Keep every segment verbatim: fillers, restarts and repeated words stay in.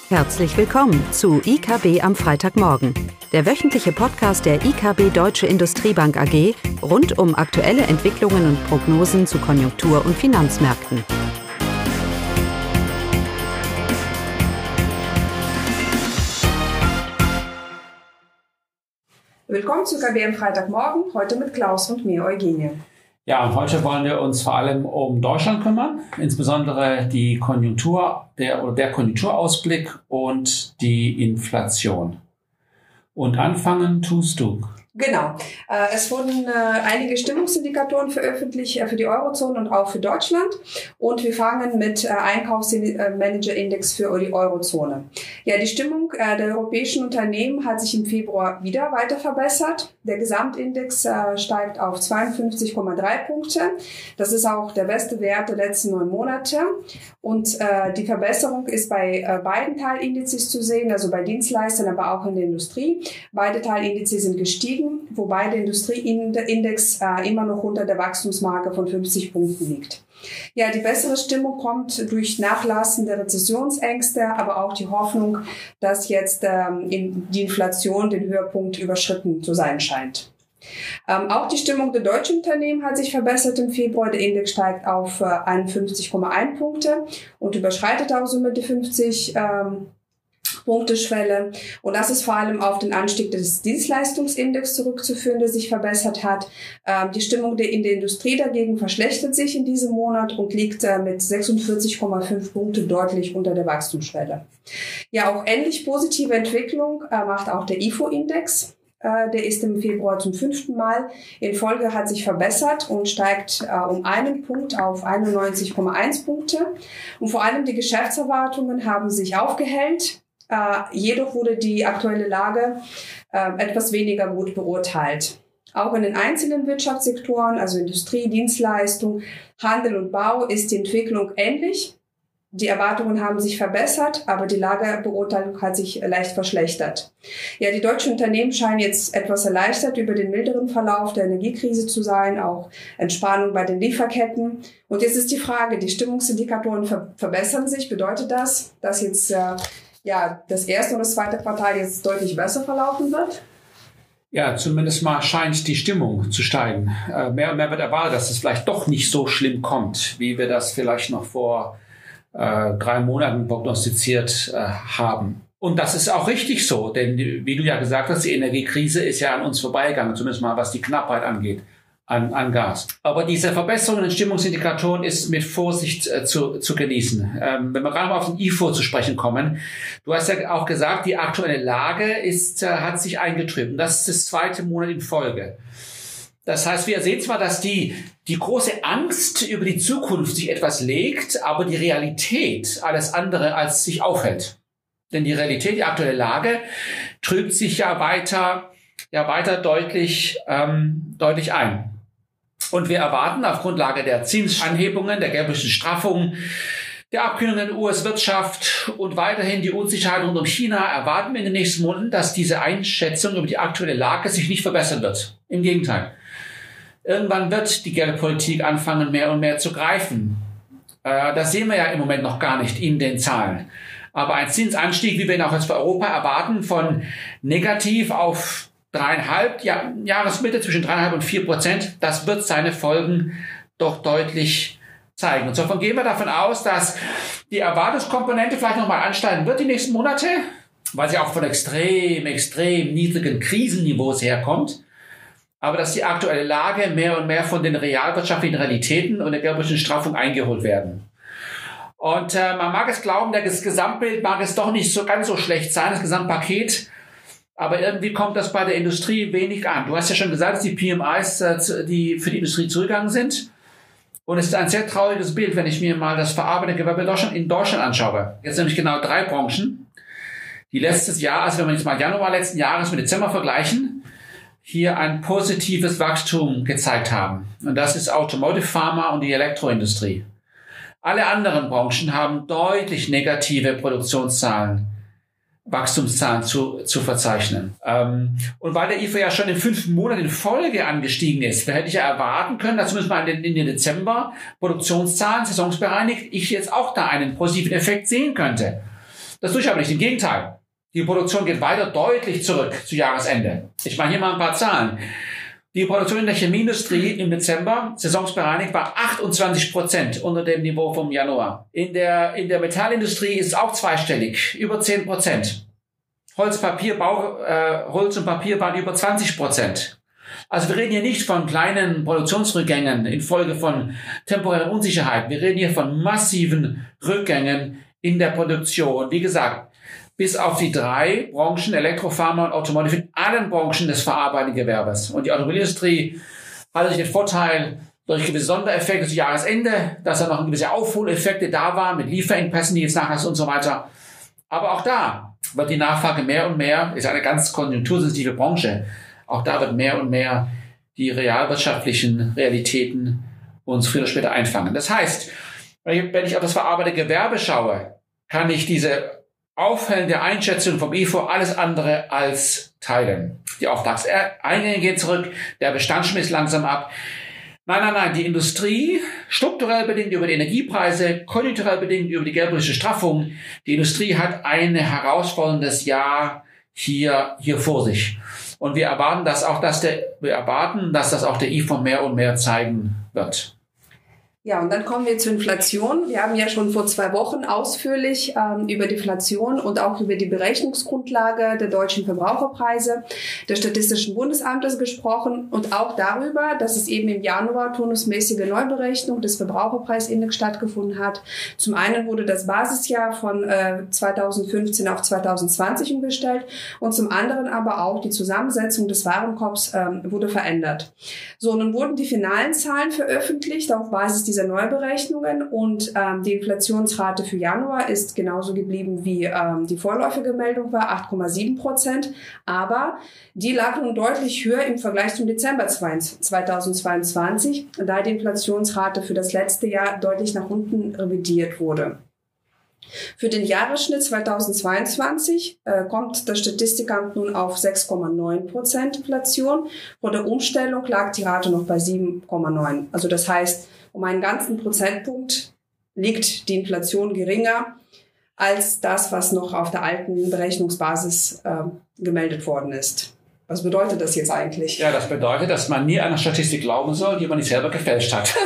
Herzlich willkommen zu I K B am Freitagmorgen, der wöchentliche Podcast der I K B Deutsche Industriebank A G rund um aktuelle Entwicklungen und Prognosen zu Konjunktur- und Finanzmärkten. Willkommen zu I K B am Freitagmorgen, heute mit Klaus und mir, Eugenie. Ja, und heute wollen wir uns vor allem um Deutschland kümmern, insbesondere die Konjunktur, der, oder der Konjunkturausblick und die Inflation. Und anfangen tust du. Genau. Es wurden einige Stimmungsindikatoren veröffentlicht für die Eurozone und auch für Deutschland. Und wir fangen mit Einkaufsmanagerindex für die Eurozone. Ja, die Stimmung der europäischen Unternehmen hat sich im Februar wieder weiter verbessert. Der Gesamtindex steigt auf zweiundfünfzig Komma drei Punkte. Das ist auch der beste Wert der letzten neun Monate. Und die Verbesserung ist bei beiden Teilindizes zu sehen, also bei Dienstleistern, aber auch in der Industrie. Beide Teilindizes sind gestiegen, wobei der Industrieindex äh, immer noch unter der Wachstumsmarke von fünfzig Punkten liegt. Ja, die bessere Stimmung kommt durch nachlassende Rezessionsängste, aber auch die Hoffnung, dass jetzt ähm, in die Inflation den Höhepunkt überschritten zu sein scheint. Ähm, auch die Stimmung der deutschen Unternehmen hat sich verbessert im Februar. Der Index steigt auf äh, einundfünfzig Komma eins Punkte und überschreitet auch somit die fünfzig ähm, Punkteschwelle. Und das ist vor allem auf den Anstieg des Dienstleistungsindex zurückzuführen, der sich verbessert hat. Ähm, die Stimmung in der Industrie dagegen verschlechtert sich in diesem Monat und liegt äh, mit sechsundvierzig Komma fünf Punkte deutlich unter der Wachstumsschwelle. Ja, auch ähnlich positive Entwicklung äh, macht auch der I F O-Index. Äh, der ist im Februar zum fünften Mal in Folge, hat sich verbessert und steigt äh, um einen Punkt auf einundneunzig Komma eins Punkte. Und vor allem die Geschäftserwartungen haben sich aufgehellt. Uh, jedoch wurde die aktuelle Lage uh, etwas weniger gut beurteilt. Auch in den einzelnen Wirtschaftssektoren, also Industrie, Dienstleistung, Handel und Bau, ist die Entwicklung ähnlich. Die Erwartungen haben sich verbessert, aber die Lagebeurteilung hat sich leicht verschlechtert. Ja, die deutschen Unternehmen scheinen jetzt etwas erleichtert über den milderen Verlauf der Energiekrise zu sein, auch Entspannung bei den Lieferketten. Und jetzt ist die Frage, die Stimmungsindikatoren ver- verbessern sich. Bedeutet das, dass jetzt uh, ja, das erste und das zweite Quartal jetzt deutlich besser verlaufen wird? Ja, zumindest mal scheint die Stimmung zu steigen. Äh, mehr und mehr wird erwartet, dass es vielleicht doch nicht so schlimm kommt, wie wir das vielleicht noch vor äh, drei Monaten prognostiziert äh, haben. Und das ist auch richtig so, denn wie du ja gesagt hast, die Energiekrise ist ja an uns vorbeigegangen, zumindest mal was die Knappheit angeht. An, an Gas. Aber diese Verbesserung in Stimmungsindikatoren ist mit Vorsicht äh, zu, zu genießen. Ähm, wenn wir gerade mal auf den I F O zu sprechen kommen, du hast ja auch gesagt, die aktuelle Lage ist, äh, hat sich eingetrübt. Das ist das zweite Monat in Folge. Das heißt, wir sehen zwar, dass die, die große Angst über die Zukunft sich etwas legt, aber die Realität alles andere als sich aufhält. Denn die Realität, die aktuelle Lage, trübt sich ja weiter, ja weiter deutlich, ähm, deutlich ein. Und wir erwarten auf Grundlage der Zinsanhebungen, der geldpolitischen Straffung, der Abkühlung in der U S-Wirtschaft und weiterhin die Unsicherheit rund um China, erwarten wir in den nächsten Monaten, dass diese Einschätzung über die aktuelle Lage sich nicht verbessern wird. Im Gegenteil. Irgendwann wird die Geldpolitik anfangen, mehr und mehr zu greifen. Äh, das sehen wir ja im Moment noch gar nicht in den Zahlen. Aber ein Zinsanstieg, wie wir ihn auch jetzt für Europa erwarten, von negativ auf dreieinhalb ja, Jahresmitte zwischen dreieinhalb und vier Prozent, das wird seine Folgen doch deutlich zeigen. Und insofern gehen wir davon aus, dass die Erwartungskomponente vielleicht nochmal ansteigen wird die nächsten Monate, weil sie auch von extrem, extrem niedrigen Krisenniveaus herkommt. Aber dass die aktuelle Lage mehr und mehr von den realwirtschaftlichen Realitäten und der geldpolitischen Straffung eingeholt werden. Und äh, man mag es glauben, das Gesamtbild mag es doch nicht so ganz so schlecht sein, das Gesamtpaket. Aber irgendwie kommt das bei der Industrie wenig an. Du hast ja schon gesagt, dass die P M Is, die für die Industrie zurückgegangen sind. Und es ist ein sehr trauriges Bild, wenn ich mir mal das verarbeitende Gewerbe in Deutschland, in Deutschland anschaue. Jetzt nämlich genau drei Branchen, die letztes Jahr, also wenn wir jetzt mal Januar letzten Jahres mit Dezember vergleichen, hier ein positives Wachstum gezeigt haben. Und das ist Automotive, Pharma und die Elektroindustrie. Alle anderen Branchen haben deutlich negative Produktionszahlen, Wachstumszahlen zu, zu verzeichnen. Ähm, und weil der I F O ja schon in fünf Monaten in Folge angestiegen ist, hätte ich ja erwarten können, dass zumindest mal in den, in den Dezember Produktionszahlen, saisonsbereinigt, ich jetzt auch da einen positiven Effekt sehen könnte. Das tue ich aber nicht. Im Gegenteil. Die Produktion geht weiter deutlich zurück zu Jahresende. Ich mache hier mal ein paar Zahlen. Die Produktion in der Chemieindustrie im Dezember, saisonsbereinigt, war achtundzwanzig Prozent unter dem Niveau vom Januar. In der, in der Metallindustrie ist es auch zweistellig, über zehn Prozent. Holz, Papier, Bau, äh, Holz und Papier waren über zwanzig Prozent. Also wir reden hier nicht von kleinen Produktionsrückgängen infolge von temporärer Unsicherheit. Wir reden hier von massiven Rückgängen in der Produktion. Wie gesagt, bis auf die drei Branchen, Elektropharma und Automotive, in allen Branchen des verarbeitenden Gewerbes. Und die Automobilindustrie hatte sich den Vorteil durch gewisse Sondereffekte zu Jahresende, dass da noch gewisse Aufholeffekte da waren mit Lieferengpässen, die jetzt nachlassen und so weiter. Aber auch da wird die Nachfrage mehr und mehr, ist eine ganz konjunktursensitive Branche, auch da wird mehr und mehr die realwirtschaftlichen Realitäten uns früher oder später einfangen. Das heißt, wenn ich auf das verarbeitende Gewerbe schaue, kann ich diese auffällende Einschätzung vom I F O alles andere als teilen. Die Auftragseingänge gehen zurück, der Bestand schmiss langsam ab. Nein, nein, nein, die Industrie, strukturell bedingt über die Energiepreise, konjunkturell bedingt über die geldpolitische Straffung, die Industrie hat ein herausforderndes Jahr hier, hier vor sich. Und wir erwarten, dass auch das der, wir erwarten, dass das auch der I F O mehr und mehr zeigen wird. Ja, und dann kommen wir zur Inflation. Wir haben ja schon vor zwei Wochen ausführlich ähm, über die Inflation und auch über die Berechnungsgrundlage der deutschen Verbraucherpreise des Statistischen Bundesamtes gesprochen und auch darüber, dass es eben im Januar turnusmäßige Neuberechnung des Verbraucherpreisindex stattgefunden hat. Zum einen wurde das Basisjahr von äh, zweitausendfünfzehn auf zweitausendzwanzig umgestellt und zum anderen aber auch die Zusammensetzung des Warenkorbs ähm, wurde verändert. So, nun wurden die finalen Zahlen veröffentlicht auf Basis dieser Neuberechnungen und ähm, die Inflationsrate für Januar ist genauso geblieben wie ähm, die vorläufige Meldung war, acht Komma sieben Prozent, aber die lag nun deutlich höher im Vergleich zum Dezember zweitausendzweiundzwanzig, da die Inflationsrate für das letzte Jahr deutlich nach unten revidiert wurde. Für den Jahresschnitt zweitausendzweiundzwanzig äh, kommt das Statistikamt nun auf sechs Komma neun Prozent Inflation. Vor der Umstellung lag die Rate noch bei sieben Komma neun. Also das heißt, um einen ganzen Prozentpunkt liegt die Inflation geringer als das, was noch auf der alten Berechnungsbasis äh, gemeldet worden ist. Was bedeutet das jetzt eigentlich? Ja, das bedeutet, dass man nie einer Statistik glauben soll, die man nicht selber gefälscht hat.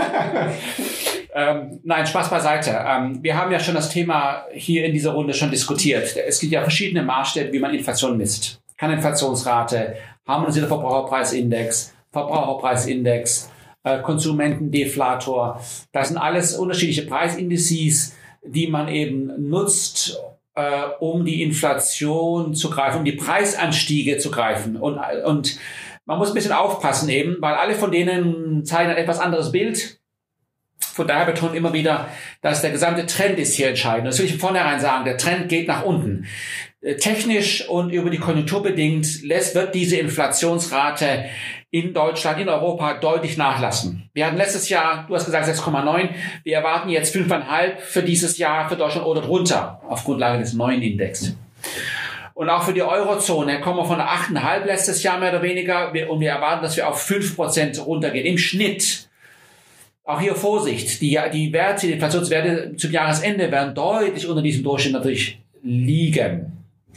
ähm, nein, Spaß beiseite. Ähm, wir haben ja schon das Thema hier in dieser Runde schon diskutiert. Es gibt ja verschiedene Maßstäbe, wie man Inflation misst. Kerninflationsrate, harmonisierter Verbraucherpreisindex, Verbraucherpreisindex, äh, Konsumentendeflator. Das sind alles unterschiedliche Preisindizes, die man eben nutzt, äh, um die Inflation zu greifen, um die Preisanstiege zu greifen. Und, und man muss ein bisschen aufpassen eben, weil alle von denen zeigen ein etwas anderes Bild. Von daher betonen immer wieder, dass der gesamte Trend ist hier entscheidend. Das will ich von vornherein sagen, der Trend geht nach unten. Technisch und über die Konjunktur bedingt lässt, wird diese Inflationsrate in Deutschland, in Europa deutlich nachlassen. Wir hatten letztes Jahr, du hast gesagt sechs Komma neun, wir erwarten jetzt fünf Komma fünf für dieses Jahr für Deutschland oder drunter, auf Grundlage des neuen Index. Und auch für die Eurozone kommen wir von acht Komma fünf letztes Jahr mehr oder weniger und wir erwarten, dass wir auf fünf Prozent runtergehen im Schnitt. Auch hier Vorsicht, die, die Werte, die Inflationswerte zum Jahresende werden deutlich unter diesem Durchschnitt natürlich liegen.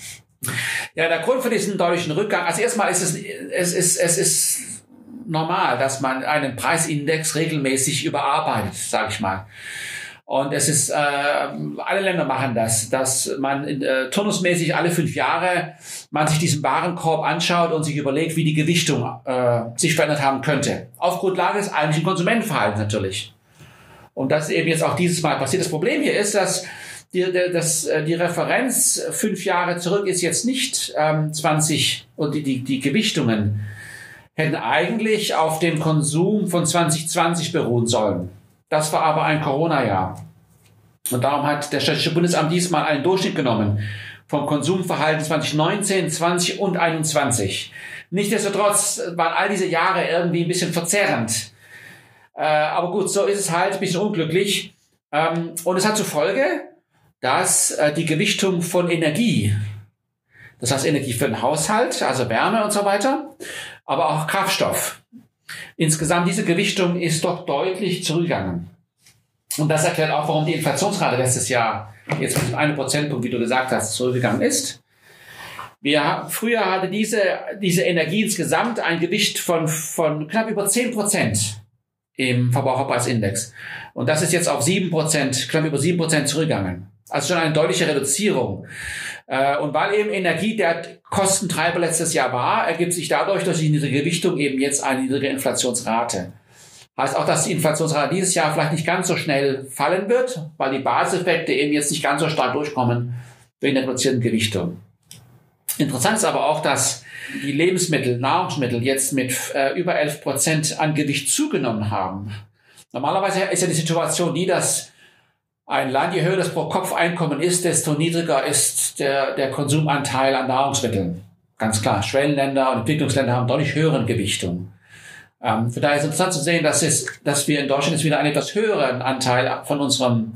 Ja, der Grund für diesen deutlichen Rückgang, also erstmal ist es, es ist, es ist normal, dass man einen Preisindex regelmäßig überarbeitet, sage ich mal. Und es ist, äh, alle Länder machen das, dass man äh, turnusmäßig alle fünf Jahre man sich diesen Warenkorb anschaut und sich überlegt, wie die Gewichtung äh, sich verändert haben könnte. Auf Grundlage des eigentlichen Konsumentenverhaltens natürlich. Und das ist eben jetzt auch dieses Mal passiert. Das Problem hier ist, dass die, das, die Referenz fünf Jahre zurück ist jetzt nicht ähm, zwanzig und die, die, die Gewichtungen hätten eigentlich auf dem Konsum von zwanzig zwanzig beruhen sollen. Das war aber ein Corona-Jahr. Und darum hat der Statistische Bundesamt diesmal einen Durchschnitt genommen vom Konsumverhalten zwanzig neunzehn, zwanzig und einundzwanzig. Nichtsdestotrotz waren all diese Jahre irgendwie ein bisschen verzerrend. Äh, aber gut, so ist es halt, ein bisschen unglücklich. Ähm, und es hat zur Folge, dass äh, die Gewichtung von Energie, das heißt Energie für den Haushalt, also Wärme und so weiter, aber auch Kraftstoff. Insgesamt diese Gewichtung ist doch deutlich zurückgegangen. Und das erklärt auch, warum die Inflationsrate letztes Jahr jetzt mit einem Prozentpunkt, wie du gesagt hast, zurückgegangen ist. Wir, früher hatte diese, diese Energie insgesamt ein Gewicht von, von knapp über zehn Prozent im Verbraucherpreisindex. Und das ist jetzt auf sieben Prozent, knapp über sieben Prozent zurückgegangen. Also schon eine deutliche Reduzierung. Und weil eben Energie der Kostentreiber letztes Jahr war, ergibt sich dadurch durch die niedrige Gewichtung eben jetzt eine niedrige Inflationsrate. Heißt auch, dass die Inflationsrate dieses Jahr vielleicht nicht ganz so schnell fallen wird, weil die Basiseffekte eben jetzt nicht ganz so stark durchkommen wegen der reduzierten Gewichtung. Interessant ist aber auch, dass die Lebensmittel, Nahrungsmittel jetzt mit äh, über elf Prozent an Gewicht zugenommen haben. Normalerweise ist ja die Situation die, dass ein Land, je höher das Pro-Kopf-Einkommen ist, desto niedriger ist der, der Konsumanteil an Nahrungsmitteln. Ganz klar, Schwellenländer und Entwicklungsländer haben deutlich höheren Gewichtung. Ähm, von daher ist es interessant zu sehen, dass, es, dass wir in Deutschland jetzt wieder einen etwas höheren Anteil von unserem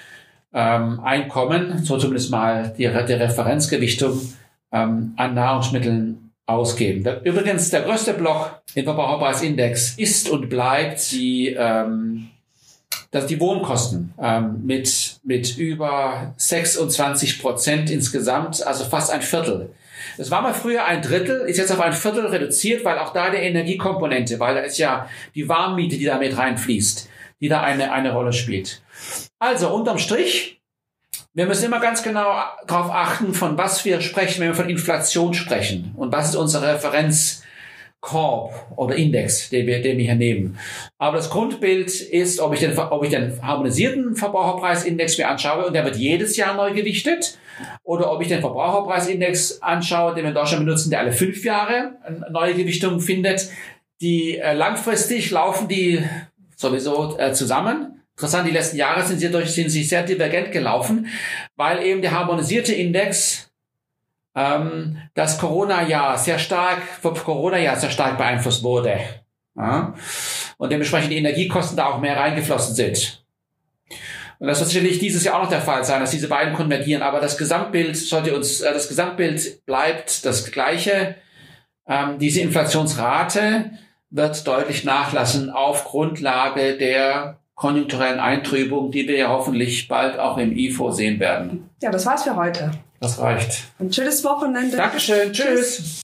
ähm, Einkommen, so zumindest mal die, die Referenzgewichtung, ähm, an Nahrungsmitteln ausgeben. Übrigens, der größte Block im Verbraucherpreisindex ist und bleibt die, ähm, das die Wohnkosten ähm, mit, mit über sechsundzwanzig Prozent insgesamt, also fast ein Viertel. Das war mal früher ein Drittel, ist jetzt auf ein Viertel reduziert, weil auch da die Energiekomponente, weil da ist ja die Warmmiete, die da mit reinfließt, die da eine, eine Rolle spielt. Also unterm Strich, wir müssen immer ganz genau darauf achten, von was wir sprechen, wenn wir von Inflation sprechen. Und was ist unser Referenzkorb oder Index, den wir, den wir hier nehmen. Aber das Grundbild ist, ob ich den, ob ich den harmonisierten Verbraucherpreisindex mir anschaue und der wird jedes Jahr neu gewichtet. Oder ob ich den Verbraucherpreisindex anschaue, den wir in Deutschland benutzen, der alle fünf Jahre eine neue Gewichtung findet. Die äh, langfristig laufen die sowieso äh, zusammen. Interessant, die letzten Jahre sind sie, durch, sind sie sehr divergent gelaufen, weil eben der harmonisierte Index ähm, das Corona-Jahr sehr stark, vom Corona-Jahr sehr stark beeinflusst wurde. Ja? Und dementsprechend die Energiekosten da auch mehr reingeflossen sind. Und das wird sicherlich dieses Jahr auch noch der Fall sein, dass diese beiden konvergieren. Aber das Gesamtbild sollte uns, äh, das Gesamtbild bleibt das gleiche. Ähm, diese Inflationsrate wird deutlich nachlassen auf Grundlage der konjunkturellen Eintrübung, die wir ja hoffentlich bald auch im I F O sehen werden. Ja, das war's für heute. Das reicht. Ein schönes Wochenende. Dankeschön. Tschüss.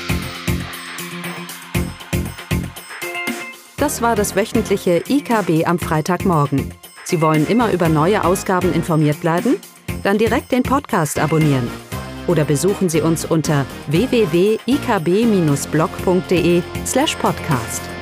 Das war das wöchentliche I K B am Freitagmorgen. Sie wollen immer über neue Ausgaben informiert bleiben? Dann direkt den Podcast abonnieren. Oder besuchen Sie uns unter w w w punkt i k b bindestrich blog punkt de slash podcast.